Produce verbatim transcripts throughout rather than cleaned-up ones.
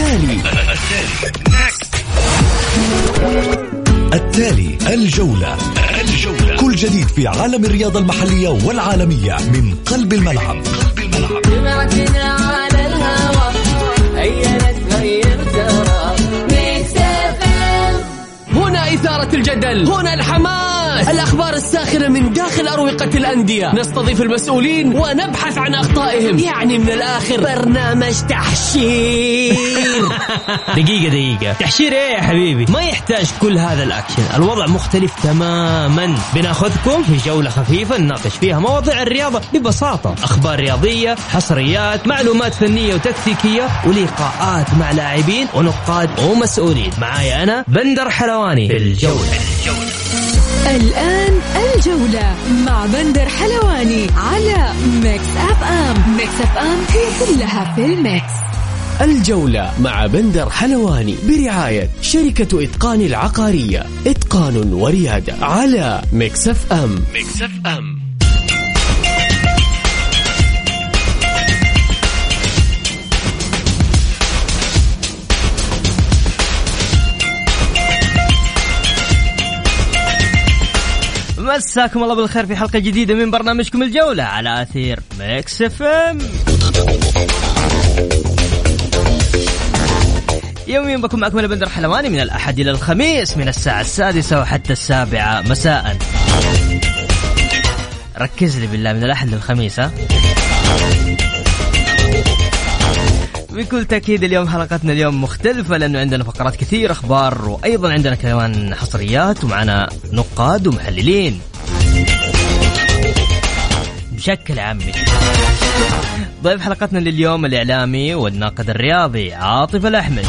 التالي التالي الجولة. الجولة كل جديد في عالم الرياضة المحلية والعالمية من قلب الملعب. قلب الملعب. هنا إثارة الجدل، هنا الحماس، الأخبار الساخنة من داخل أروقة الأندية، نستضيف المسؤولين ونبحث عن أخطائهم، يعني من الآخر برنامج تحشير. دقيقة دقيقة، تحشير إيه يا حبيبي؟ ما يحتاج كل هذا الأكشن، الوضع مختلف تماما. بناخذكم في جولة خفيفة نناقش فيها مواضيع الرياضة ببساطة، أخبار رياضية، حصريات، معلومات فنية وتكتيكية، ولقاءات مع لاعبين ونقاد ومسؤولين. معايا أنا بندر حلواني في الجولة. الآن الجولة مع بندر حلواني على ميكس أف أم. ميكس أف أم هي كلها في الميكس. الجولة مع بندر حلواني برعاية شركة إتقان العقارية، إتقان وريادة، على ميكس أف أم. ميكس أف أم. مساكم الله بالخير في حلقة جديدة من برنامجكم الجولة على أثير ميكس اف ام. يوميا بكون معكم أنا بندر حلواني من الأحد إلى الخميس من الساعة السادسة وحتى السابعة مساء. ركز لي بالله، من الأحد للخميس ها. بكل تأكيد اليوم حلقتنا اليوم مختلفة، لأنه عندنا فقرات كثير، أخبار، وأيضا عندنا كمان حصريات، ومعنا نقاد ومحللين بشكل عامي. ضيف حلقتنا لليوم الإعلامي والناقد الرياضي عاطف الأحمد.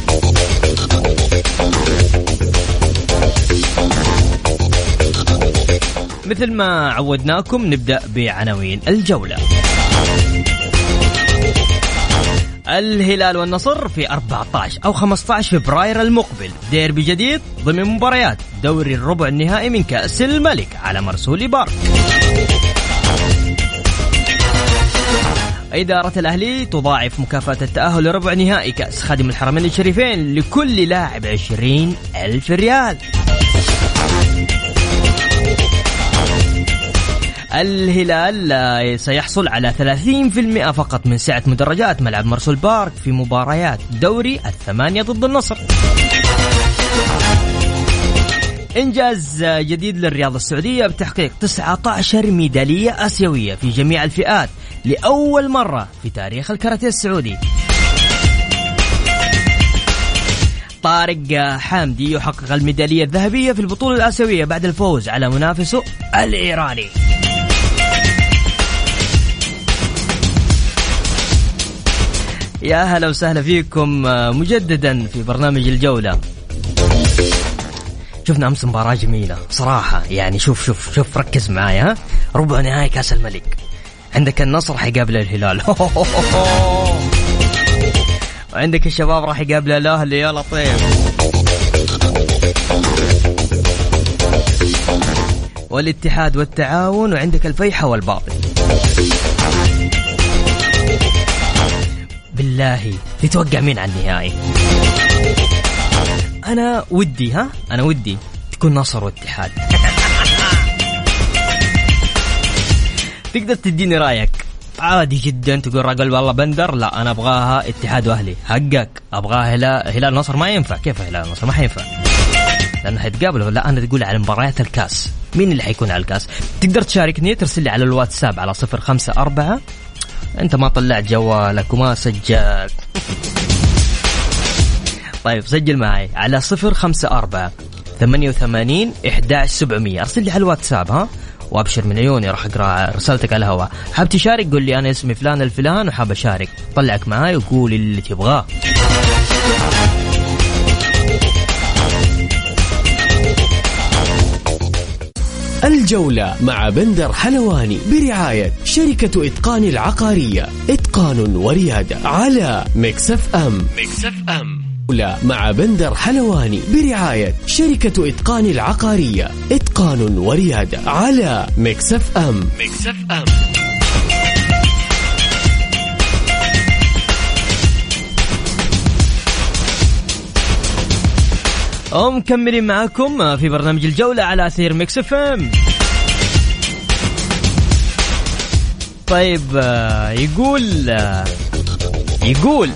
مثل ما عودناكم نبدأ بعناوين الجولة. الهلال والنصر في أربعة عشر أو خمسة عشر فبراير المقبل، ديربي جديد ضمن مباريات دوري الربع النهائي من كأس الملك على مرسول بارك. إدارة الأهلي تضاعف مكافأة التأهل لربع نهائي كأس خادم الحرمين الشريفين لكل لاعب عشرين ألف ريال. الهلال سيحصل على ثلاثين بالمئة فقط من سعة مدرجات ملعب مرسول بارك في مباريات دوري الثمانية ضد النصر. إنجاز جديد للرياضة السعودية بتحقيق تسعة عشر ميدالية آسيوية في جميع الفئات لأول مرة في تاريخ الكاراتيه السعودي. طارق حامدي يحقق الميدالية الذهبية في البطولة الآسيوية بعد الفوز على منافسه الإيراني. يا هلا وسهلا فيكم مجددا في برنامج الجولة. شفنا أمس مباراة جميلة صراحة، يعني شوف شوف شوف ركز معايا، ربع نهائي كأس الملك، عندك النصر حيقابل الهلال وعندك الشباب راح يقابل الأهلي. يا لطيف. والاتحاد والتعاون، وعندك الفيحة والباطل. بالله تتوقع مين على النهائي؟ أنا ودي ها أنا ودي تكون نصر واتحاد. تقدر تديني رأيك عادي جدا، تقول رجل والله بندر لا أنا أبغاها اتحاد وأهلي، حقك. أبغاها هلال هلال نصر ما ينفع. كيف هلال نصر ما حينفع لأنه حيتقابلوا؟ لا أنا تقول على مباريات الكاس، مين اللي حيكون على الكاس؟ تقدر تشاركني، ترسل لي على الواتساب على صفر خمسة أربعة. أنت ما طلعت جوالك وما سجلت. طيب سجل معي على صفر خمسة أربعة ثمانية وثمانين أحد عشر سبعمية. أرسل لي على الواتساب ها، وأبشر من عيوني راح أقرأ رسالتك على الهواء. حاب تشارك قول لي أنا اسمي فلان الفلان وحاب أشارك، طلعك معاي وقول اللي تبغاه. الجولة مع بندر حلواني برعاية شركة إتقان العقارية، إتقان وريادة، على ميكس أف أم. ميكس أف أم. مع بندر حلواني برعاية شركة إتقان العقارية، إتقان وريادة، على ميكس أف أم. ميكس أف أم. ومكملين معاكم في برنامج الجولة على أثير ميكس اف ام. طيب يقول يقول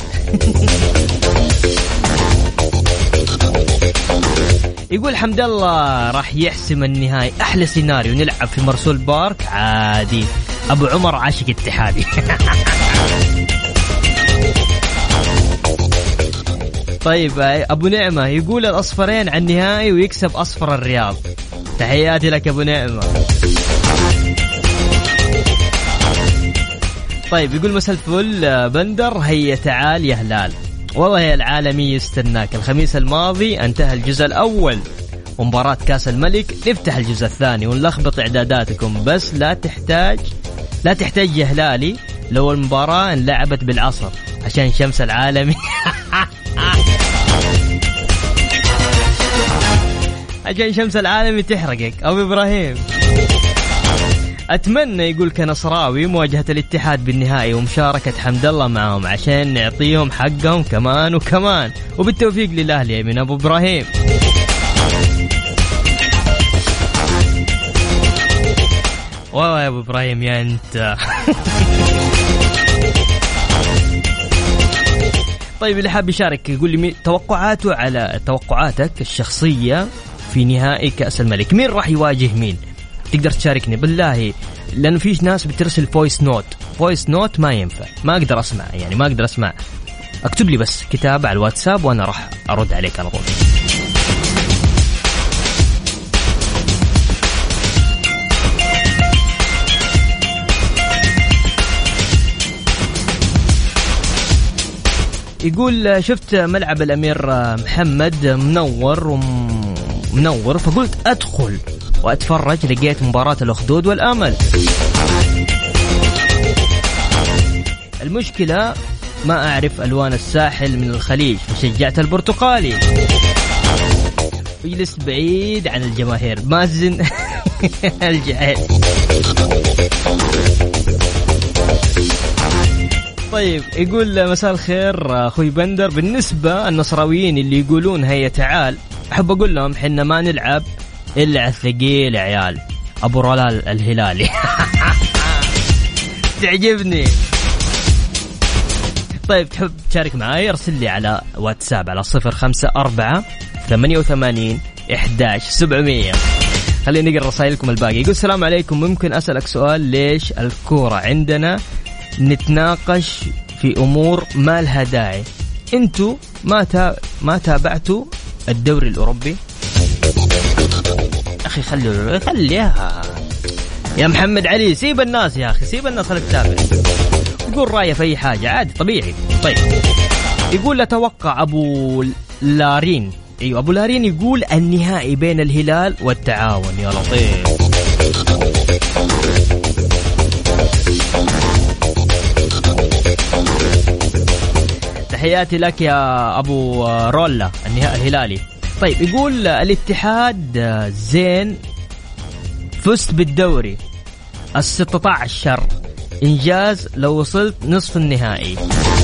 يقول حمد الله راح يحسم النهائي. أحلى سيناريو نلعب في مرسول بارك عادي. أبو عمر عاشق اتحادي. طيب أبو نعمة يقول الأصفرين على النهائي ويكسب أصفر الرياض. تحياتي لك أبو نعمة. طيب يقول مساء الفل بندر، هيا تعال يا هلال، والله يا العالمي يستناك. الخميس الماضي انتهى الجزء الأول ومباراة كاس الملك، نفتح الجزء الثاني ونلخبط إعداداتكم، بس لا تحتاج لا تحتاج يا هلالي لو المباراة انلعبت بالعصر عشان شمس العالمي. عشان شمس العالمي تحرقك أبو إبراهيم. أتمنى يقول كنصراوي مواجهة الاتحاد بالنهائي ومشاركة حمد الله معهم عشان نعطيهم حقهم كمان وكمان، وبالتوفيق للأهلي من أبو إبراهيم. واو يا أبو إبراهيم يا أنت. طيب اللي حاب يشارك يقول لي توقعاته على توقعاتك الشخصية في نهائي كأس الملك، مين راح يواجه مين؟ تقدر تشاركني بالله، لأنه فيش ناس بترسل فويس نوت. فويس نوت ما ينفع، ما أقدر أسمع، يعني ما أقدر أسمع. اكتب لي بس كتاب على الواتساب وأنا راح أرد عليك على طول. يقول شفت ملعب الأمير محمد منور ومنور، فقلت أدخل وأتفرج، لقيت مباراة الأخدود والأمل. المشكلة ما أعرف ألوان الساحل من الخليج فشجعت البرتقالي. وجلس بعيد عن الجماهير مازن الجعيل. طيب يقول مساء الخير أخوي بندر، بالنسبة النصراويين اللي يقولون هيا تعال، أحب أقول لهم حنا ما نلعب إلا على الثقيل عيال. أبو رلال الهلالي. تعجبني. طيب تحب تشارك معاي ارسل لي على واتساب على صفر خمسة أربعة ثمانية وثمانين إحداش سبعمية. خلينا نقرأ رسائلكم الباقي. يقول السلام عليكم، ممكن أسألك سؤال؟ ليش الكورة عندنا نتناقش في أمور ما لها داعي؟ أنتوا ما تا... ما تابعتوا الدوري الأوروبي؟ أخي خلوا خليها يا محمد علي، سيب الناس يا أخي، سيب الناس خليك تتابع، يقول رأيه في أي حاجة عادي طبيعي. طيب يقول أتوقع أبو لارين، أيوة أبو لارين يقول النهائي بين الهلال والتعاون. يا لطيف. تحياتي لك يا أبو رولا النهائي الهلالي. طيب يقول الاتحاد زين، فزت بالدوري الستة عشر، إنجاز لو وصلت نصف النهائي.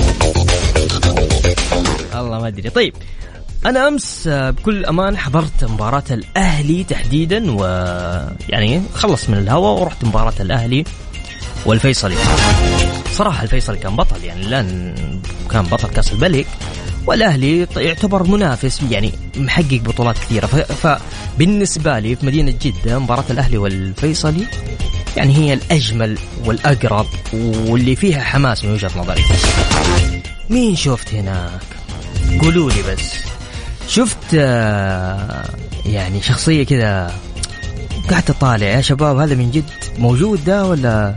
الله ما أدري. طيب أنا أمس بكل أمان حضرت مباراة الأهلي تحديدا، ويعني خلص من الهواء ورحت مباراة الأهلي والفيصلي. صراحة الفيصلي كان بطل، يعني لأن كان بطل كأس الملك، والأهلي يعتبر منافس يعني محقق بطولات كثيرة. فبالنسبة لي في مدينة جدة مباراة الأهلي والفيصلي يعني هي الأجمل والأقرب واللي فيها حماس من وجهة نظري. مين شفت هناك؟ قولوا لي بس. شفت يعني شخصية كذا قاعد طالع يا شباب، هذا من جد موجود ده ولا؟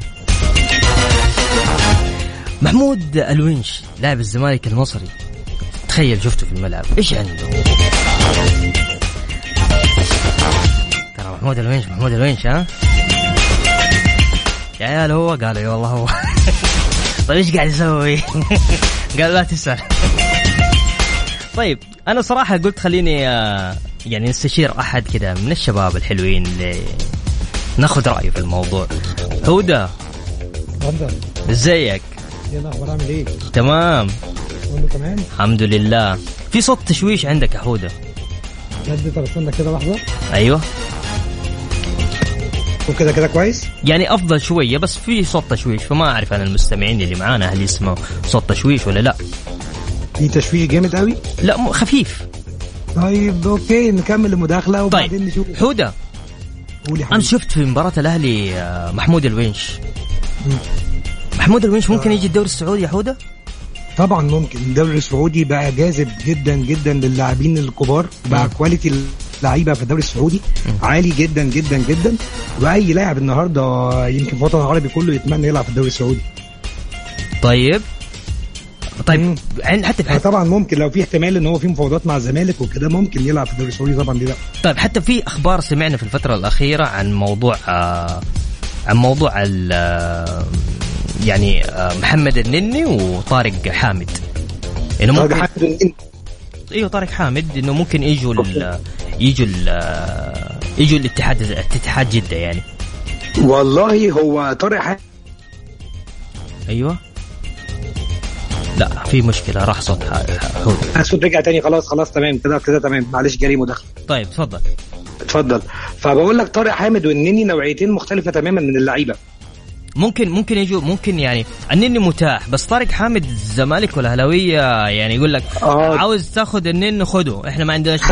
محمود الونش لاعب الزمالك المصري، تخيل شفته في الملعب ايش عنده. ترى محمود الونش محمود الونش ها يا عيال، هو قال اي والله هو. طيب ايش قاعد يسوي؟ قال لا تسأل. طيب انا صراحة قلت خليني يعني نستشير احد كذا من الشباب الحلوين اللي ناخذ رأيه في الموضوع. هودا ازيك؟ يلا اخبار عامل ايه؟ تمام وانت كمان؟ الحمد لله. في صوت تشويش عندك يا هودا. جد طب استنى كده لحظة. ايوه وكده كده كويس يعني افضل شويه بس في صوت تشويش فما اعرف انا المستمعين اللي معانا هل يسمعوا صوت تشويش ولا لا. في تشويش جامد قوي لا م- خفيف. طيب اوكي نكمل المداخله وبعدين طيب. نشوف. حوده قولي انا شفت في مباراه الاهلي آه، محمود الونش. م. محمود الونش ممكن آه. يجي الدوري السعودي يا حوده؟ طبعا ممكن. الدوري السعودي بقى جاذب جدا جدا للاعبين الكبار بقى. م. كواليتي اللعيبه في الدوري السعودي م. عالي جدا جدا جدا واي لاعب النهارده يمكن في الوطن العربي كله يتمنى يلعب في الدوري السعودي. طيب طيب حتى في طبعا ممكن لو في احتمال ان هو في مفاوضات مع الزمالك وكده ممكن يلعب في الدوري السعودي طبعا. دي لا. طيب حتى في اخبار سمعنا في الفتره الاخيره عن موضوع آه عن موضوع آه يعني آه محمد النني وطارق حامد انه ممكن حامد ايوه طارق حامد انه ممكن يجوا ال يجوا ال يجوا الاتحاد الاتحاد جده يعني. والله هو طارق حامد ايوه لا في مشكلة راح صوت حود. الصوت رجع تاني خلاص خلاص تمام كده كده تمام معلش جالي مداخلة. طيب تفضل. تفضل. فبقول لك طارق حامد والنني نوعيتين مختلفة تماما من اللعيبة. ممكن ممكن يجوا ممكن يعني النني متاح بس طارق حامد الزمالك والأهلاوية يعني يقول لك آه. عاوز تاخد النني خده احنا ما عندناش.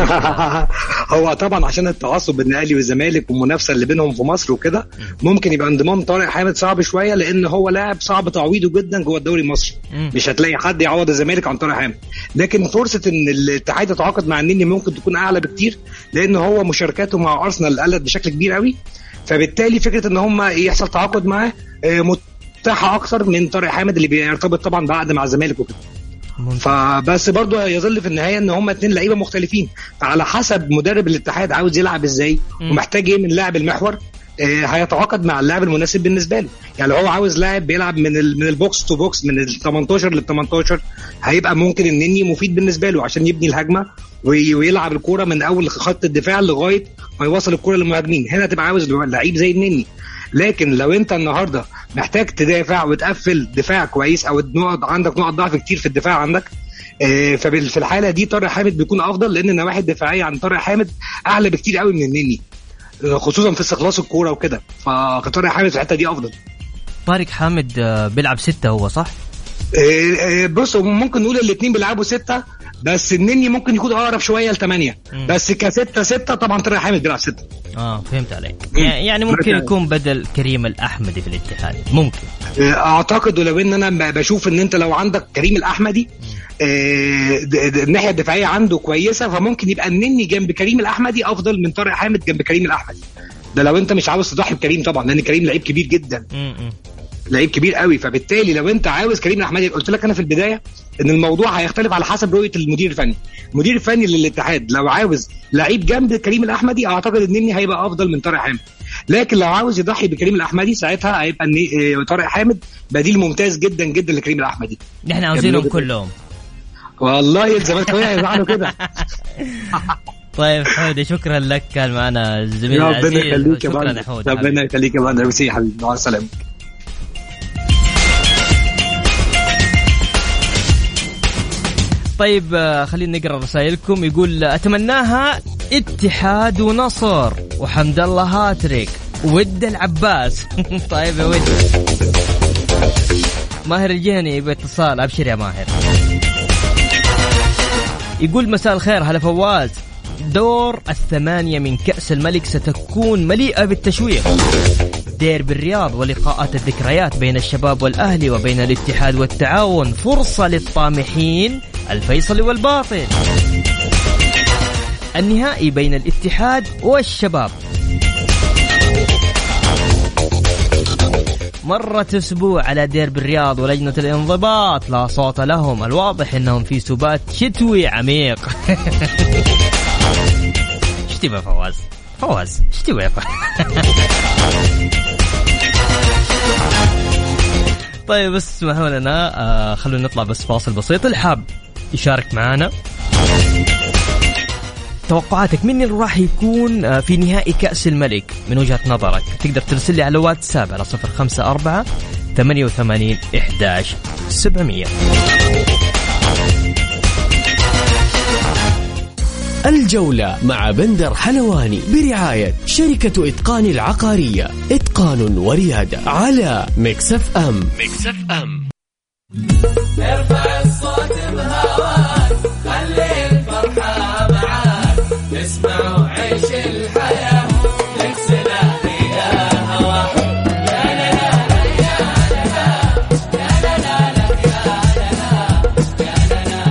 هو طبعا عشان التعصب بين الاهلي والزمالك والمنافسة اللي بينهم في مصر وكده ممكن يبقى انضمام طارق حامد صعب شوية لان هو لاعب صعب تعويضه جدا جوه الدوري المصري. مش هتلاقي حد يعوض الزمالك عن طارق حامد لكن فرصة ان الاتحاد يتعاقد مع النني ممكن تكون اعلى بكتير لان هو مشاركاته مع ارسنال قلت بشكل كبير قوي فبالتالي فكرة ان هم يحصل تعاقد معاه متاحة اكثر من طارق حامد اللي بيرتبط طبعا بعقد مع الزمالك وكده. فبس برضو يظل في النهاية ان هم اتنين لعيبة مختلفين فعلى حسب مدرب الاتحاد عاوز يلعب ازاي ومحتاج ايه من لاعب المحور هيتعاقد مع اللاعب المناسب بالنسبة له. يعني لو هو عاوز لاعب بيلعب من من البوكس تو بوكس من ال تمنتاشر لل تمنتاشر هيبقى ممكن النني مفيد بالنسبة له عشان يبني الهجمة ويلعب الكرة من اول خط الدفاع لغاية ما يوصل الكرة للمهاجمين. هنا تبقى عاوز لعيب زي النني. لكن لو انت النهارده محتاج تدافع وتقفل دفاع كويس او نقط عندك نقط ضعف كتير في الدفاع عندك اه ففي الحاله دي طارق حامد بيكون افضل لان النواحي الدفاعيه عن طارق حامد اعلى بكتير قوي من النني خصوصا في استخلاص الكوره وكده فطارق حامد في الحته دي افضل. طارق حامد بيلعب ستة هو صح؟ اه اه بص ممكن نقول الاثنين بيلعبوا ستة بس النني ممكن يكون اقرب شويه لثمانية بس كستة ستة طبعا طارق حامد بيلعب ستة. اه فهمت عليك. يعني ممكن يكون بدل كريم الأحمدي في الاتحاد ممكن اعتقد. ولو ان انا بشوف ان انت لو عندك كريم الأحمدي آه الناحيه الدفاعيه عنده كويسه فممكن يبقى النني جنب كريم الأحمدي افضل من طارق حامد جنب كريم الأحمدي. ده لو انت مش عاوز تضحي بكريم طبعا لان كريم لعيب كبير جدا لعيب كبير قوي فبالتالي لو انت عاوز كريم الأحمدي قلت لك انا في البدايه ان الموضوع هيختلف على حسب رؤيه المدير الفني. المدير الفني للاتحاد لو عاوز لعيب جنب كريم الأحمدي اعتقد النني هيبقى افضل من طارق حامد لكن لو عاوز يضحي بكريم الأحمدي ساعتها هيبقى طارق حامد بديل ممتاز جدا جدا لكريم الأحمدي. نحن عاوزينهم كلهم والله الزمالكاويه يزعلوا كده. طيب حودة شكرا لك كان معنا الزميل العزيز. شكرا يا حودة. ربنا يخليك يا بندر. ميرسي يا حبيبي مع السلامه. طيب خلينا نقرأ رسائلكم. يقول أتمناها اتحاد ونصر وحمد الله هاتريك ود العباس. طيب يا ود. ماهر الجهني باتصال. أبشر يا ماهر. يقول مساء الخير هلا فواز. دور الثمانية من كأس الملك ستكون مليئة بالتشويق. ديربي الرياض ولقاءات الذكريات بين الشباب والأهلي وبين الاتحاد والتعاون فرصة للطامحين الفيصل والباطل. النهائي بين الاتحاد والشباب. مرت أسبوع على ديربي الرياض ولجنة الانضباط لا صوت لهم. الواضح أنهم في سبات شتوي عميق. شتوي فواز فواز شتوي فواز. طيب بس اسمحوا لنا آه خلونا نطلع بس فاصل بسيط. الحاب يشارك معنا توقعاتك من اللي راح يكون آه في نهائي كأس الملك من وجهة نظرك تقدر ترسل لي على واتساب على صفر خمسة أربعة ثمانية وثمانين إحداش سبعمية. الجولة مع بندر حلواني برعاية شركة إتقان العقارية، إتقان وريادة، على ميكس اف ام. ميكس اف ام. ارفع الصوت بهواك، خلي الفرحة معاك، اسمع وعيش الحياة، نكسنا فيها هواك. يا لا لا لا يا لا لا، يا لا لا لا يا لا لا،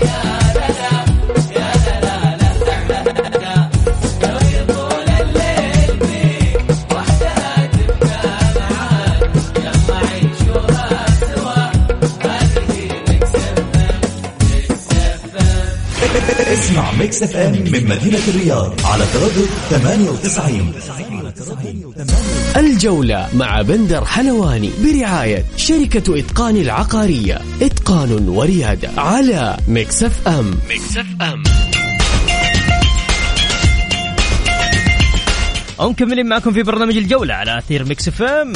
يا لا لا لا يا لا لا، يا لا لا لا. لو يطول الليل بيك وحدها تبقى معاك، يلا عيشوها سوا. اسمع ميكس اف ام من مدينة الرياض على تردد ثمانية وتسعين. الجولة مع بندر حلواني برعاية شركة إتقان العقارية، إتقان وريادة، على ميكس اف ام. ميكس اف ام. ومكملين معكم في برنامج الجولة على أثير ميكس اف ام.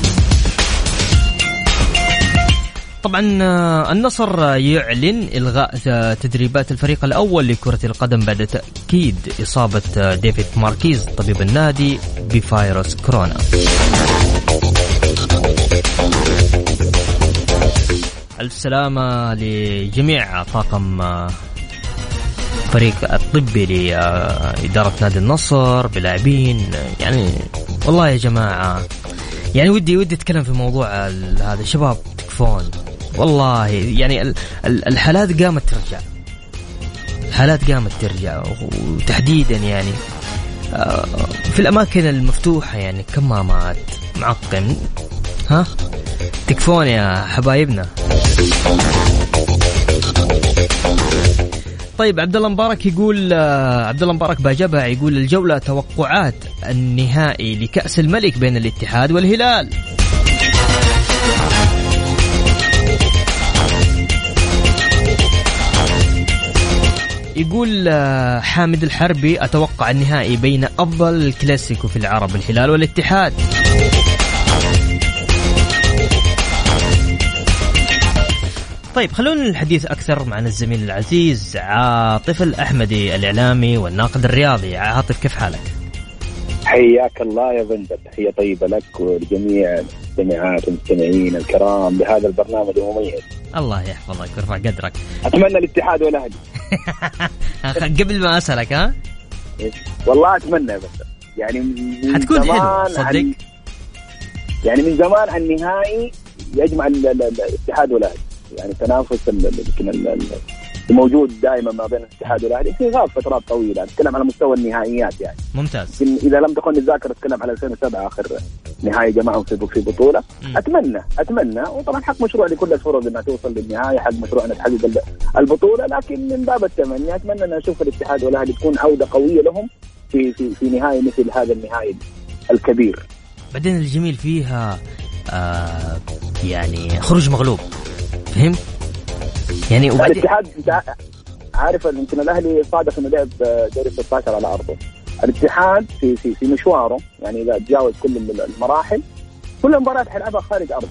طبعا النصر يعلن إلغاء تدريبات الفريق الأول لكرة القدم بعد تأكيد إصابة ديفيد ماركيز طبيب النادي بفيروس كورونا. ألف سلامة لجميع طاقم فريق الطبي لإدارة نادي النصر بلاعبين. يعني والله يا جماعة، يعني ودي ودي أتكلم في موضوع هذا. شباب تكفون والله، يعني الحالات قامت ترجع، الحالات قامت ترجع، وتحديدا يعني في الأماكن المفتوحة، يعني كمامات، معقم. ها تكفون يا حبايبنا. طيب عبد الله مبارك يقول، عبد الله مبارك باجبها يقول الجولة توقعات النهائي لكأس الملك بين الاتحاد والهلال. يقول حامد الحربي أتوقع النهائي بين أفضل الكلاسيكو في العرب، الهلال والاتحاد. طيب خلونا الحديث أكثر مع الزميل العزيز عاطف الأحمدي الإعلامي والناقد الرياضي. عاطف كيف حالك؟ حياك الله يا بندر، تحية طيبة لك ولجميع المستمعات والمستمعين الكرام بهذا البرنامج المميز. الله يحفظك ويرفع قدرك. أتمنى الاتحاد والأهلي. قبل ما أسألك ها والله أتمنى يا بندر، يعني من زمان صدق، يعني من زمان النهائي يجمع الاتحاد والأهلي، يعني تنافس موجود دائما ما بين الاتحاد والاهلي في غاب فترات طويله. اتكلم على مستوى النهائيات يعني. ممتاز. اذا لم تكن الذاكره اتكلم على ألفين وسبعة اخر نهائي جمعهم في بطوله. م. اتمنى اتمنى وطبعا حق مشروع لكل الفرق انها توصل للنهايه، حق مشروع انها تحقق البطوله، لكن من باب التمني اتمنى ان اشوف الاتحاد والاهلي تكون عوده قويه لهم في في في نهائي مثل هذا النهائي الكبير. بعدين الجميل فيها آه يعني خروج مغلوب، فهمت؟ يعني وبعدين الاتحاد انت عارف يمكن الاهلي صادف انه لعب دوري ستة عشر على ارضه. الاتحاد في في في مشواره يعني اذا تجاوز كل المراحل كل المباريات حيلعبها خارج ارضه.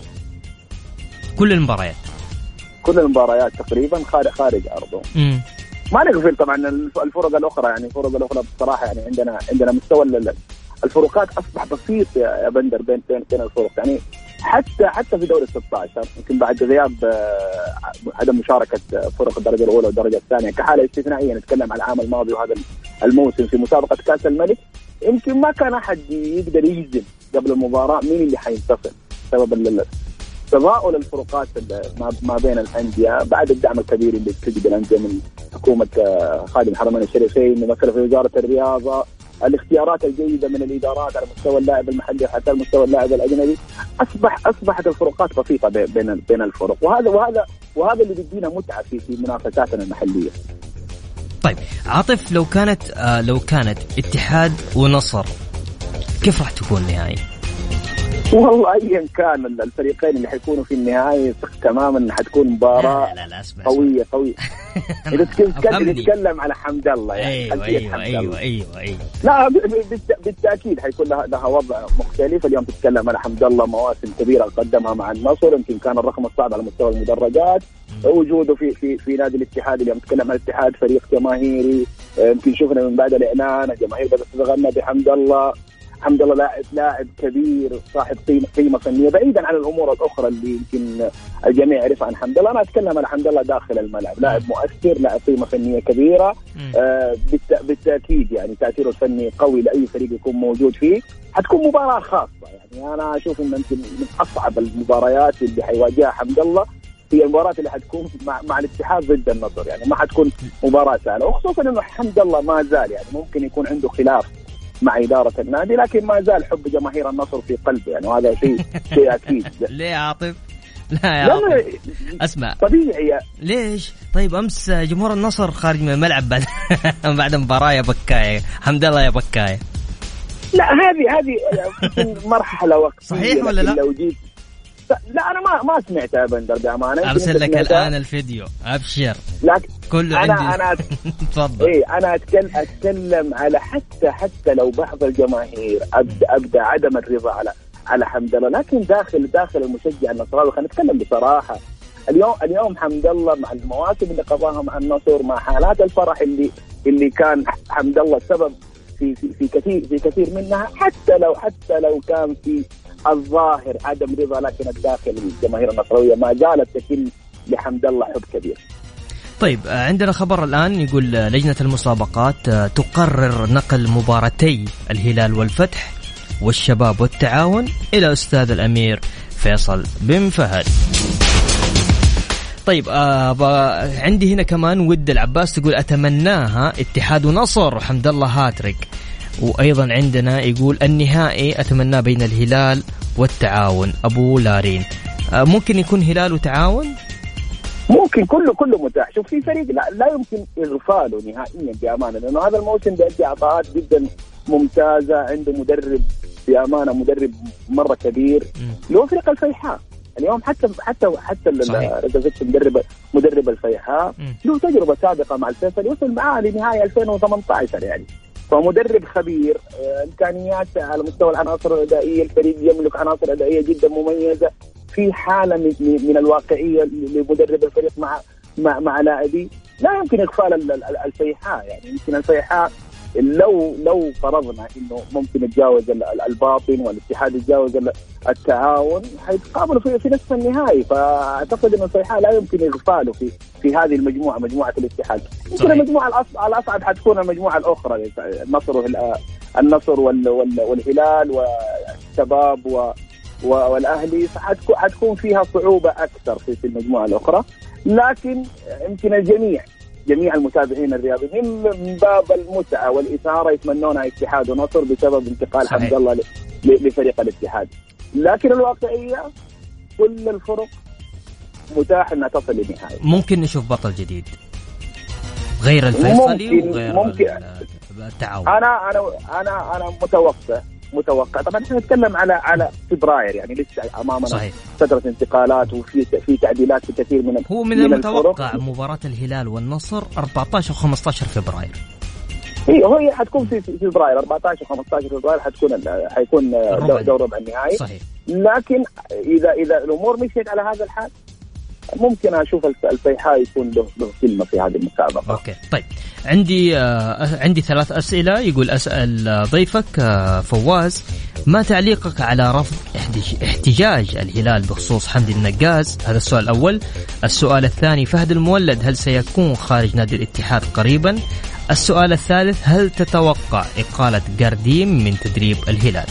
كل المباريات كل المباريات تقريبا خارج خارج ارضه. امم ما نغفل طبعا الفرق الاخرى، يعني الفرق الاخرى بصراحه يعني عندنا عندنا مستوى الفروقات اصبح بسيط يا بندر بين بين بين الفرق، يعني حتى حتى في دوري ستة عشر يمكن بعد غياب عدم مشاركه فرق الدرجه الاولى والدرجه الثانيه كحاله استثنائيه، نتكلم عن العام الماضي وهذا الموسم في مسابقه كاس الملك، يمكن ما كان احد يقدر يجزم قبل المباراه مين اللي حينتصر بسبب تضاؤل الفروقات ما بين الانديه بعد الدعم الكبير اللي تجد الانديه من حكومه خادم الحرمين الشريفين، ممثله في وزاره الرياضه، الاختيارات الجيدة من الإدارات على مستوى اللاعب المحلي وحتى مستوى اللاعب الأجنبي. أصبح أصبحت الفروقات بسيطة بين بين الفرق، وهذا وهذا وهذا اللي بيدينا متعة في في منافساتنا المحلية. طيب عاطف، لو كانت آه لو كانت اتحاد ونصر كيف راح تكون النهائي؟ والله أيا كان الفريقين اللي حيكونوا في النهائي تماما حتكون مباراة لا لا لا اسمع قوية قوية. إذا تتكلم على حمد الله يعني أيوة أيوة, أيوة أيوة أيوة لا بالتأكيد حيكون لها, لها وضع مختلف. اليوم تتكلم على حمد الله مواسم كبيرة قدمها مع النصر، يمكن كان الرقم الصعب على مستوى المدرجات، وجوده في في في نادي الاتحاد. اليوم تتكلم عن الاتحاد فريق جماهيري يمكن شفنا من بعد الإعلان الجماهير بدأت تتغنى بحمد الله. حمد الله لاعب لاعب كبير صاحب قيمة قيمة فنية بعيدا عن الأمور الأخرى اللي يمكن الجميع يعرف عن حمد الله. أنا أتكلم عن حمد الله داخل الملعب، لاعب مؤثر، لاعب قيمة فنية كبيرة. آه بالتأكيد يعني تأثيره الفني قوي لأي فريق يكون موجود فيه. حتكون مباراة خاصة، يعني أنا أشوف إن يمكن من أصعب المباريات اللي حيواجهها حمد الله هي المباراة اللي حتكون مع, مع الاتحاد ضد النصر. يعني ما حتكون مباراة سهلة، وخصوصا إنه حمد الله ما زال يعني ممكن يكون عنده خلاف مع إدارة النادي، لكن ما زال حب جماهير النصر في قلبه، يعني وهذا شيء شيء أكيد. ليه يا عاطف؟ لا يا عاطف أسمع طبيعي. ليش؟ طيب أمس جمهور النصر خارج من الملعب بعد بعد مباراة يا بكاية، حمد الله يا بكاية. لا هذه هذه مرحلة وقتية. صحيح ولا لا؟ لو جيت لا أنا ما ما سمعتها يا بندر بأمانة. أرسل لك الآن الفيديو أبشر. لكن كله أنا عندي. أنا تفضل. إيه أنا أتكلم أتكلم على حتى حتى لو بعض الجماهير أبدأ أبدأ عدم الرضا على على حمد الله، لكن داخل داخل المشجع النصراوي خلينا نتكلم بصراحة. اليوم اليوم حمد الله مع المواسم اللي قضاها مع النصر، مع حالات الفرح اللي اللي كان حمد الله السبب في في في كثير في كثير منها، حتى لو حتى لو كان في الظاهر عدم رضا، لكن الداخل الجماهير النصراوية ما زالت تكن لحمد الله حب كبير. طيب عندنا خبر الآن يقول لجنة المسابقات تقرر نقل مباراتي الهلال والفتح والشباب والتعاون إلى أستاذ الأمير فيصل بن فهد. طيب آه عندي هنا كمان ود العباس تقول أتمناها اتحاد ونصر حمد الله هاتريك. وأيضا عندنا يقول النهائي أتمناه بين الهلال والتعاون أبو لارين. آه ممكن يكون هلال وتعاون؟ ممكن كله كله متاح. شوف في فريق لا, لا يمكن إغفاله نهائيا بأمانة، لأنه هذا الموسم بيدي عطاءات جدا ممتازة، عنده مدرب بأمانة مدرب مرة كبير اللي هو فريق الفيحاء. اليوم حتى حتى حتى رجل مدرب مدرب الفيحاء له تجربة سابقة مع الفيصل، وصل معاه لنهاية ألفين وثمانية عشر يعني، فمدرب خبير. إمكانيات على مستوى العناصر الأدائية، الفريق يملك عناصر أدائية جدا مميزة، في حالة من الواقعية لمدرب الفريق مع مع مع لاعبي. لا يمكن إغفال الفيحاء، يعني يمكن الفيحاء لو لو فرضنا إنه ممكن يتجاوز الباطن والاتحاد يتجاوز التعاون، حيتقابلوا في في نصف النهائي. فأعتقد إنه الفيحاء لا يمكن إغفاله في في هذه المجموعة، مجموعة الاتحاد. يمكن المجموعة الأصعب حتكون المجموعة الأخرى، النصر النصر والهلال والشباب و والأهلي، حتكون فيها صعوبة أكثر في المجموعة الأخرى. لكن يمكن الجميع جميع المتابعين الرياضيين من باب المتعة والإثارة يتمنونها اتحاد ونصر بسبب انتقال حمد الله لفريق الاتحاد. لكن الواقعية كل الفرق متاح أنها تصل للنهاية. ممكن نشوف بطل جديد غير الفيصلي ممكن وغير ممكن التعاون. أنا أنا أنا أنا متوقع متوقع طبعا احنا نتكلم على على فبراير، يعني لسه امامنا صحيح. فتره انتقالات وفي في تعديلات في كثير من هو من, من المتوقع مباراه الهلال والنصر أربعة عشر وخمسة عشر فبراير. هي هي حتكون في فبراير أربعة عشر وخمسة عشر فبراير، حتكون حيكون دور ربع النهائي. صحيح. لكن اذا اذا الامور مشيت على هذا الحال ممكن اشوف الفيحاء يكون له له كلمه في هذه المسابقه. اوكي طيب عندي آه عندي ثلاث اسئله. يقول اسال ضيفك آه فواز ما تعليقك على رفض احتجاج الهلال بخصوص حمدي النقاز؟ هذا السؤال الاول. السؤال الثاني فهد المولد هل سيكون خارج نادي الاتحاد قريبا؟ السؤال الثالث هل تتوقع اقاله جارديم من تدريب الهلال؟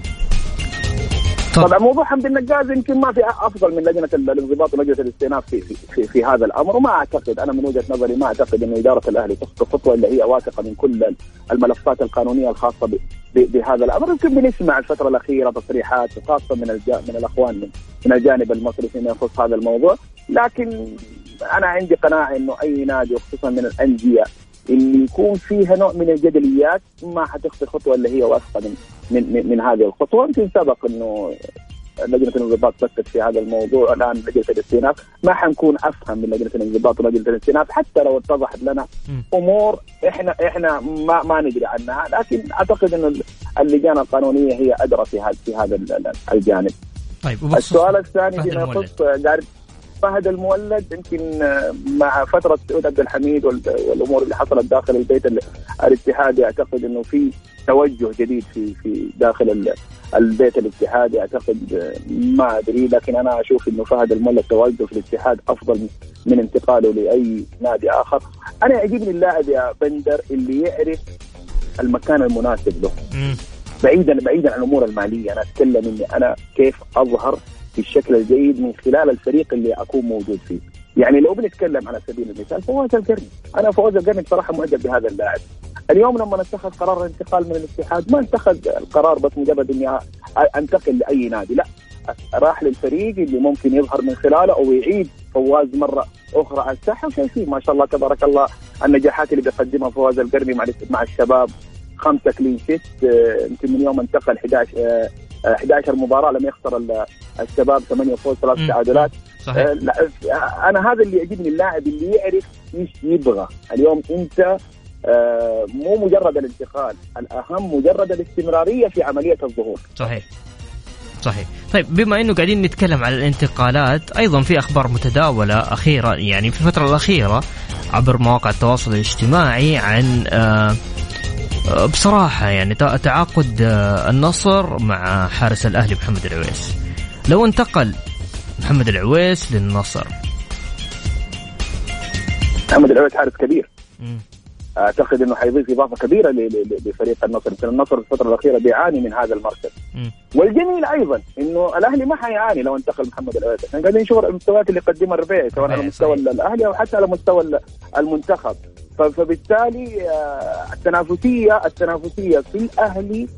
طبعا موضوع حمدي النقاز يمكن ما في افضل من لجنه الانضباط ولجنه الاستئناف في, في في في هذا الامر، وما اعتقد انا من وجهه نظري ما اعتقد ان اداره الاهلي تخطو خطوه الا هي واثقه من كل الملفات القانونيه الخاصه بهذا الامر. يمكن بنسمع الفتره الاخيره تصريحات خاصه من من الاخوان من, من الجانب المصري فيما يخص هذا الموضوع، لكن انا عندي قناعه انه اي نادي وخصوصا من الانديه اللي يكون فيها نوع من الجدليات ما حتخطي خطوه اللي هي واثقه من من من, من هذه الخطوه. يمكن سبق انه لجنه الانضباط فكرت في هذا الموضوع، الان لجنه الاستئناف ما حنكون افهم من لجنه الانضباط ولجنه الاستئناف حتى لو اتضحت لنا امور احنا احنا ما ما ندري عنها، لكن اعتقد انه اللجان القانونيه هي ادرى في هذا في هذا الجانب. طيب السؤال الثاني فيما يخص فهد المولد يمكن مع فترة سعود عبد الحميد والأمور اللي حصلت داخل البيت الاتحادي أعتقد إنه في توجه جديد في في داخل البيت الاتحادي. أعتقد ما أدري، لكن أنا أشوف إنه فهد المولد تواجده في الاتحاد أفضل من انتقاله لأي نادي آخر. أنا يعجبني اللاعب يا بندر اللي يعرف المكان المناسب له، بعيدا بعيدا عن الأمور المالية. أنا أتكلم إني أنا كيف أظهر بالشكل الجيد من خلال الفريق اللي أكون موجود فيه. يعني لو بنتكلم على سبيل المثال فواز القرني، أنا فواز القرني بصراحة معجب بهذا اللاعب. اليوم لما نتخذ قرار الانتقال من الاتحاد ما اتخذ القرار بس مجرد إني أنتقل لأي نادي، لا، راح للفريق اللي ممكن يظهر من خلاله أو يعيد فواز مرة أخرى على الساحة. وشايفين ما شاء الله تبارك الله النجاحات اللي بيقدمها فواز القرني مع مع الشباب، خمسة كلين شيت يمكن من يوم انتقل أحد عشر مباراة لم يخسر الشباب، ثمانية فوز ثلاث تعادلات. أنا هذا اللي يعجبني، اللاعب اللي يعرف إيش يبغى. اليوم أنت مو مجرد الانتقال، الأهم مجرد الاستمرارية في عملية الظهور. صحيح صحيح. طيب بما أنه قاعدين نتكلم على الانتقالات، أيضا في أخبار متداولة أخيرا يعني في الفترة الأخيرة عبر مواقع التواصل الاجتماعي عن آه بصراحة يعني تعاقد النصر مع حارس الأهلي محمد العويس. لو انتقل محمد العويس للنصر، محمد العويس حارس كبير، م. أعتقد أنه حيضيف إضافة كبيرة لفريق النصر. لأن النصر في الفترة الأخيرة بيعاني من هذا المركز. م. والجميل أيضا أنه الأهلي ما حيعاني لو انتقل محمد العويس. احنا قاعدين نشوف المستويات اللي قدمها الربيعي سواء على مستوى الأهلي أو حتى على مستوى المنتخب. فبالتالي التنافسية التنافسية في الأهلي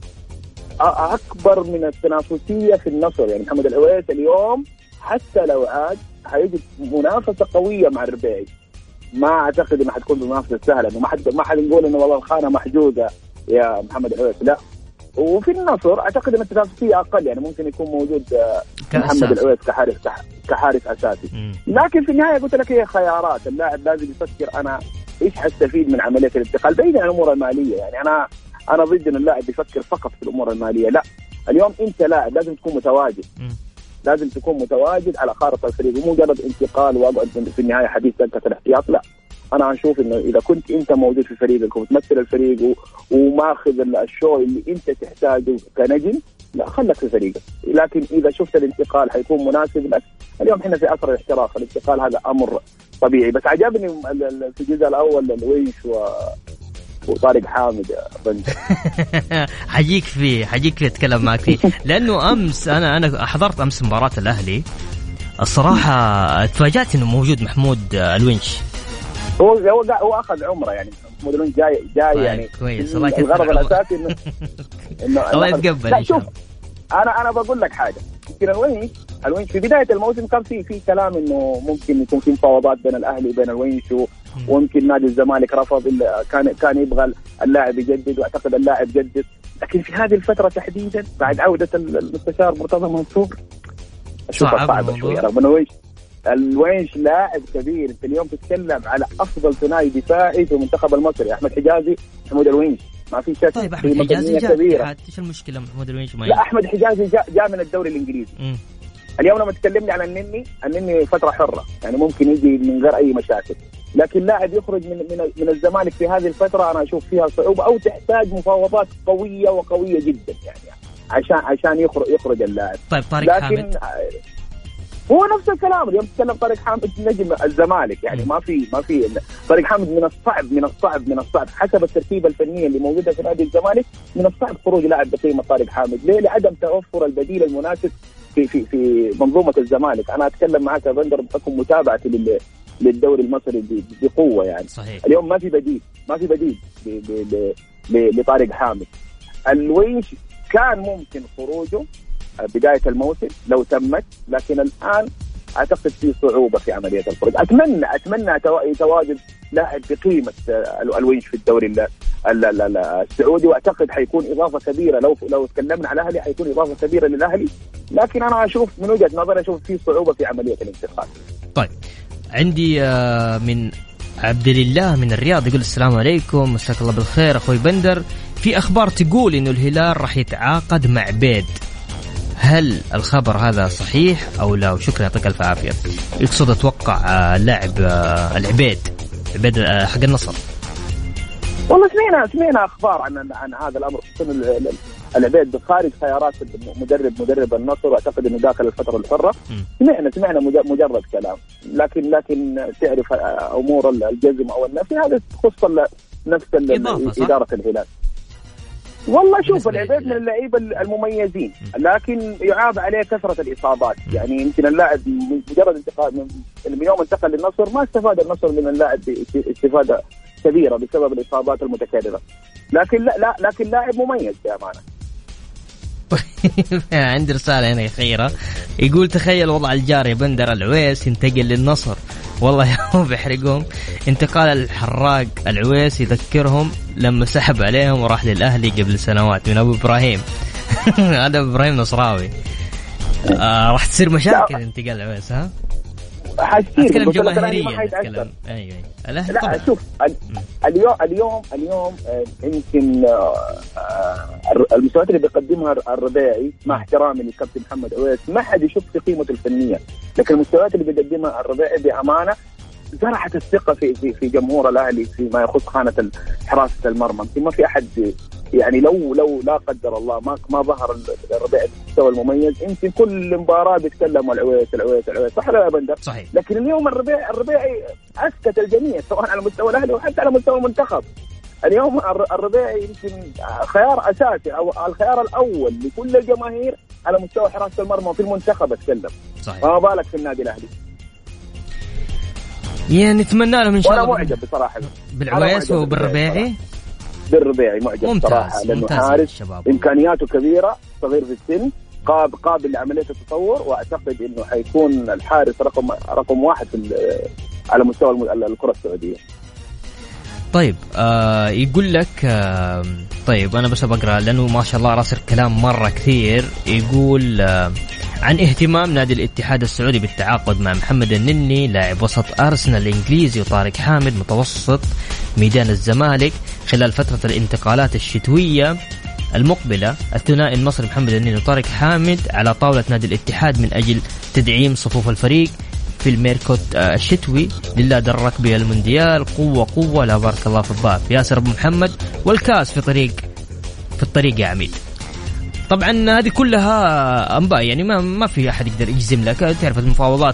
أكبر من التنافسية في النصر. يعني محمد العويس اليوم حتى لو عاد هيجد منافسة قوية مع الربيعي، ما أعتقد إنها حتكون منافسة سهلة، إنه ما حد ما حد نقول إنه والله الخانة محجوزة يا محمد العويس، لا. وفي النصر أعتقد إن التنافسية أقل، يعني ممكن يكون موجود محمد العويس كحارس كحارس أساسي. لكن في النهاية قلت لك هي خيارات، اللاعب لازم يفكر أنا إيش حستفيد من عملية الانتقال بعيدا عن الأمور المالية. يعني أنا أنا ضد إن اللاعب يفكر فقط في الأمور المالية، لا. اليوم أنت لاعب لازم تكون متواجد، لازم تكون متواجد على خارطة الفريق، مو مجرد انتقال وأقعد في النهاية حديث دكة الاحتياط، لا. أنا أشوف إنه إذا كنت أنت موجود في فريقك وتمثل الفريق و... وماخذ الشو اللي أنت تحتاجه كنجم، لا، خلك في فريقك. لكن إذا شفت الانتقال حيكون مناسب لك، اليوم إحنا في عصر الاحتراف، الانتقال هذا أمر طبيعي. بس عجبني في الجزء الأول الويش و... وطارق حامد يا بندر. حجيك فيه حجيك فيه اتكلم معك فيه لأنه أمس أنا أنا حضرت أمس مباراة الأهلي، الصراحة تفاجأت إنه موجود محمود الونش. هو هو هو أخذ عمره، يعني محمود الونش جاي جاي يعني كويس. الغرض الأساسي إنه إنه الله يتقبل. شوف أنا أنا بقول لك حاجة، يمكن الونش الونش في بداية الموسم كان في في كلام إنه ممكن يكون في مفاوضات بين الأهلي وبين الونش، وممكن نادي الزمالك رفض، كان كان يبغى اللاعب يجدد، واعتقد اللاعب جدد. لكن في هذه الفترة تحديدا بعد عودة المستشار مرتضى منصور أشوفها صعبة شوية، رغم إنه الونش لاعب كبير. انت اليوم تتكلم على افضل ثنائي دفاعي في المنتخب المصري، احمد حجازي محمود الونش، ما في شك. طيب احمد حجازي جاء، ايش المشكله محمود الونش ما لا، احمد حجازي جاء, جاء من الدوري الانجليزي. م. اليوم لما تكلمني عن النني، النني فتره حره، يعني ممكن يجي من غير اي مشاكل. لكن لاعب يخرج من من من الزمالك في هذه الفتره انا اشوف فيها صعوبه، او تحتاج مفاوضات قويه وقويه جدا يعني عشان عشان يخرج يخرج اللاعب. طيب طارق حامد هو نفس الكلام. اليوم تتكلم طارق حامد نجم الزمالك، يعني ما في ما في طارق حامد من الصعب من الصعب من الصعب حسب التركيبه الفنيه اللي موجوده في نادي الزمالك، من الصعب خروج لاعب بقيمه طارق حامد. ليه؟ لعدم توفر البديل المناسب في في في منظومه الزمالك. انا اتكلم معك يا بندر بحكم متابعتي لل للدوري المصري بقوه يعني. صحيح. اليوم ما في بديل ما في بديل لطارق حامد. الونش كان ممكن خروجه بداية الموسم لو تمت، لكن الآن أعتقد في صعوبة في عملية الخروج. أتمنى أتمنى يتواجد لاعب بقيمة الونش في الدوري السعودي، وأعتقد حيكون إضافة كبيرة. لو لو تكلمنا على الأهلي حيكون إضافة كبيرة للأهلي، لكن أنا أشوف من وجهة نظري أشوف في صعوبة في عملية الانتقال. طيب عندي من عبد الله من الرياض يقول السلام عليكم، مساك الله بالخير أخوي بندر. في أخبار تقول إنه الهلال راح يتعاقد مع بيد، هل الخبر هذا صحيح أو لا؟ وشكرا يعطيك ألف عافية. يقصد أتوقع اللاعب العبيد عبيد حق النصر. والله سمعنا سمعنا أخبار عن عن هذا الأمر، العبيد خارج خيارات مدرب مدرب النصر، واعتقد انه داخل الفتره الحره. سمعنا سمعنا مجرد كلام، لكن لكن تعرف امور الجزم او النفي هذا تخص نفس اداره الهلال. والله شوف العبيد من اللعيبه المميزين، لكن يعاب عليه كثره الاصابات. يعني يمكن اللاعب مجرد انتقال من يوم انتقل للنصر ما استفاد النصر من اللاعب استفاده كبيره بسبب الاصابات المتكرره، لكن لا, لا لكن لاعب مميز بامانه. عندي رسالة هنا أخيرة يقول تخيل وضع الجاري بندر العويس ينتقل للنصر، والله يا بيحرقهم. انتقال الحراق العويس يذكرهم لما سحب عليهم وراح للأهلي قبل سنوات من أبو إبراهيم. هذا أبو إبراهيم نصراوي. آه راح تصير مشاكل انتقال العويس. ها أتكلم جماهيريا أتكلم. أيوة لا طبعا. شوف اليوم اليوم اليوم يمكن المستويات اللي بيقدمها الرباعي مع احترامي للكابتن محمد عويس ما حد يشوف في قيمته الفنيه، لكن المستويات اللي بيقدمها الرباعي بامانه زرعت الثقه في في في جمهور الاهلي فيما يخص خانه حراسه المرمى. ما في احد يعني لو لو لا قدر الله ما ما ظهر الرباعي بالمستوى المميز يمكن كل مباراه بيتكلموا العويس العويس العويس، صح ولا يا بندر؟ صحيح. لكن اليوم الرباعي الرباعي اسكت الجميع سواء على مستوى الاهلي وحتى على مستوى المنتخب. اليوم الرباعي يمكن خيار اساسي او الخيار الاول لكل الجماهير على مستوى حراسه المرمى وفي المنتخب اتكلم. صحيح. ما بالك في النادي الاهلي. يعني نتمنى لهم ان شاء الله. وانا معجب بصراحه بالعويس وبالرباعي. بالرباعي معجب صراحه لانه حارس امكانياته كبيره، صغير في السن، قاب قابل لعمليه التطور، واعتقد انه حيكون الحارس رقم رقم واحد على مستوى الكره السعوديه. طيب آه يقول لك آه طيب أنا بس بقرأ لأنه ما شاء الله راسل كلام مرة كثير. يقول آه عن اهتمام نادي الاتحاد السعودي بالتعاقد مع محمد النني لاعب وسط أرسنال الإنجليزي وطارق حامد متوسط ميدان الزمالك خلال فترة الانتقالات الشتوية المقبلة. الثنائي المصري محمد النني وطارق حامد على طاولة نادي الاتحاد من أجل تدعيم صفوف الفريق في الميركوت الشتوي لله درك بالمونديال. قوة قوة لا بارك الله في الضعف. ياسر أبو محمد والكاس في طريق في الطريق يا عميد. طبعا هذه كلها أنباء يعني ما ما في أحد يقدر يجزم لك. تعرف المفاوضات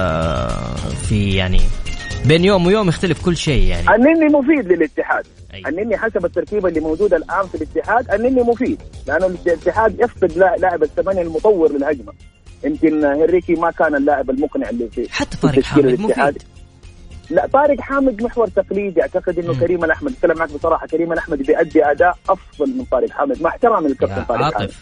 في يعني بين يوم ويوم يختلف كل شيء. يعني النني مفيد للاتحاد. أيوة. النني حسب التركيبة اللي موجودة الآن في الاتحاد النني مفيد لأنه الاتحاد يفقد لاعب الثمانية المطور للهجمة. يمكن هنريكي ما كان اللاعب المقنع اللي في حتى طارق حامد مفيد. لا طارق حامد محور تقليدي. اعتقد انه م. كريم الاحمد اتكلم معك بصراحه كريم الاحمد بيأدي اداء افضل من طارق حامد مع احترامي للكابتن طارق حامد.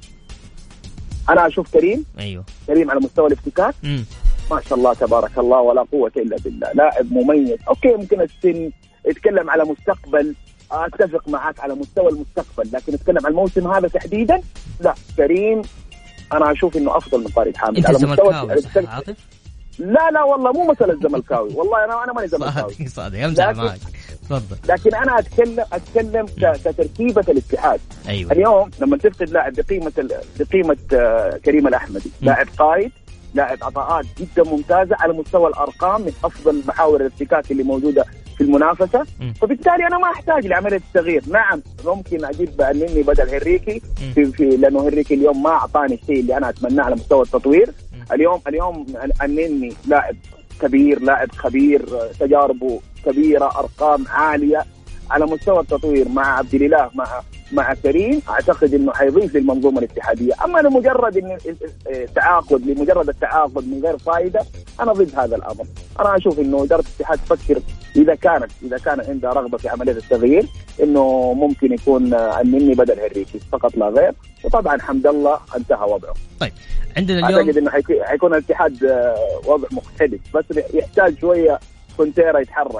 انا اشوف كريم ايوه كريم على مستوى الافتكاك م. ما شاء الله تبارك الله ولا قوه الا بالله. لاعب مميز. اوكي ممكن السن يتكلم على مستقبل اتفق معك على مستوى المستقبل، لكن نتكلم على الموسم هذا تحديدا لا كريم انا اشوف انه افضل من طارق حامد على مستوى عاطف. لا لا والله مو مثل الزملكاوي والله انا انا ماني زملكاوي صادق امزح معك تفضل. لكن انا اتكلم اتكلم كتركيبه الاتحاد. أيوة. اليوم لما تفقد لاعب بقيمه بقيمه كريم الاحمدي لاعب قائد لاعب عطاءات جدا ممتازه على مستوى الارقام من افضل محاور الافتكاك اللي موجوده في المنافسه، فبالتالي انا ما احتاج لعمليه التغيير. نعم ممكن اجيب انني بدل هنريكي في, في لانه هنريكي اليوم ما اعطاني الشيء اللي انا اتمناه على مستوى التطوير. اليوم اليوم انني لاعب كبير لاعب خبير تجاربه كبيره ارقام عاليه على مستوى التطوير مع عبد الاله مع مع كريم اعتقد انه حيضيف للمنظومه الاتحاديه. اما لمجرد ان التعاقد لمجرد التعاقد من غير فائده انا ضد هذا الامر. انا اشوف انه اداره الاتحاد تفكر اذا كانت اذا كان عندها رغبه في عمليه التغيير انه ممكن يكون النني بدل هنريكي فقط لا غير. وطبعا حمد الله انتهى وضعه. طيب عندنا اليوم اعتقد انه حيكون الاتحاد وضع مختلف بس يحتاج شويه كونتيرا يتحرك.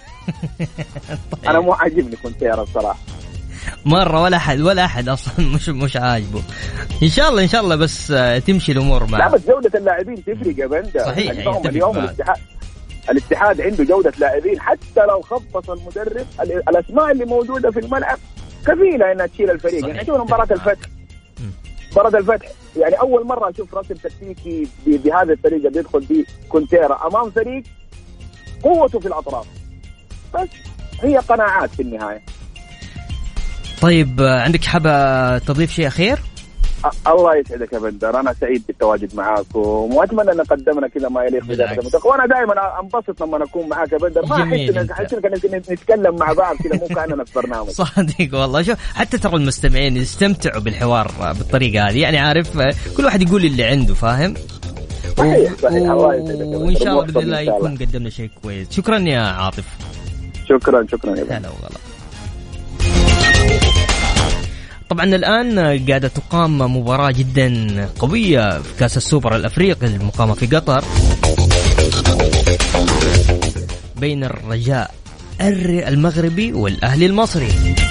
طيب. انا مو عاجبني كونتيرا الصراحه مرة ولا أحد ولا أحد أصلا مش مش عاجبه. إن شاء الله إن شاء الله بس تمشي الأمور معه. لا بس جودة اللاعبين تفرق يا بندر. صحيح. اليوم, اليوم الاتحاد الاتحاد عنده جودة لاعبين حتى لو خبص المدرب الأسماء اللي موجودة في الملعب كفيلة إنها تشيل الفريق. يعني شوفوا مباراة الفتح مباراة الفتح يعني أول مرة أشوف رسم تكتيكي بهذه الطريقة بيدخل بيه كونتيرا أمام فريق قوته في الأطراف. بس هي قناعات في النهاية. طيب عندك حابة تضيف شيء أخير؟ الله يسعدك يا بندر، أنا سعيد بالتواجد معاكم وأتمنى أن قدمنا كذا ما يليق بذلك. وأنا دائما أنبسط لما أكون معاك يا بندر، ما أحس إن نتكلم مع بعض كذا مو كأننا في برنامج. صادق والله. شوف حتى ترى المستمعين يستمتعوا بالحوار بالطريقة هذه، يعني عارف كل واحد يقول اللي عنده، فاهم؟ صحيح صحيح. الله يسعدك وإن شاء الله بإذن الله يكون قدمنا شيء كويس. شكرا يا عاطف. شكرا شكرا يا هلا وغلا. طبعا الآن قاعدة تقام مباراة جدا قوية في كأس السوبر الأفريقي المقامة في قطر بين الرجاء المغربي والأهلي المصري.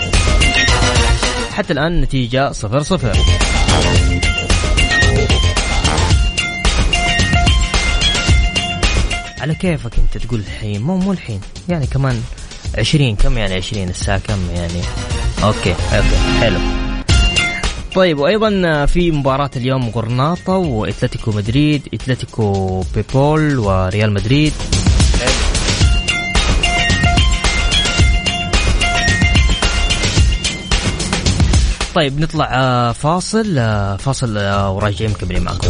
حتى الآن نتيجة صفر صفر. على كيفك انت تقول الحين، مو مو الحين يعني، كمان عشرين. كم يعني عشرين؟ الساعة كم يعني؟ اوكي اوكي حلو. طيب وأيضا في مباراة اليوم غرناطة وإتلتيكو مدريد، إتلتيكو بيبول وريال مدريد. طيب نطلع فاصل فاصل وراجعين مكملين معكم.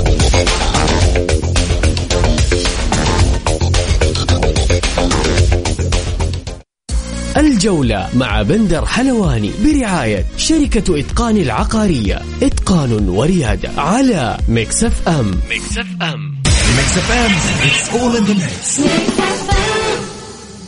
الجولة مع بندر حلواني برعاية شركة إتقان العقارية، إتقان وريادة، على ميكس اف ام. ميكس اف ام. ميكس اف ام. It's all in the mix.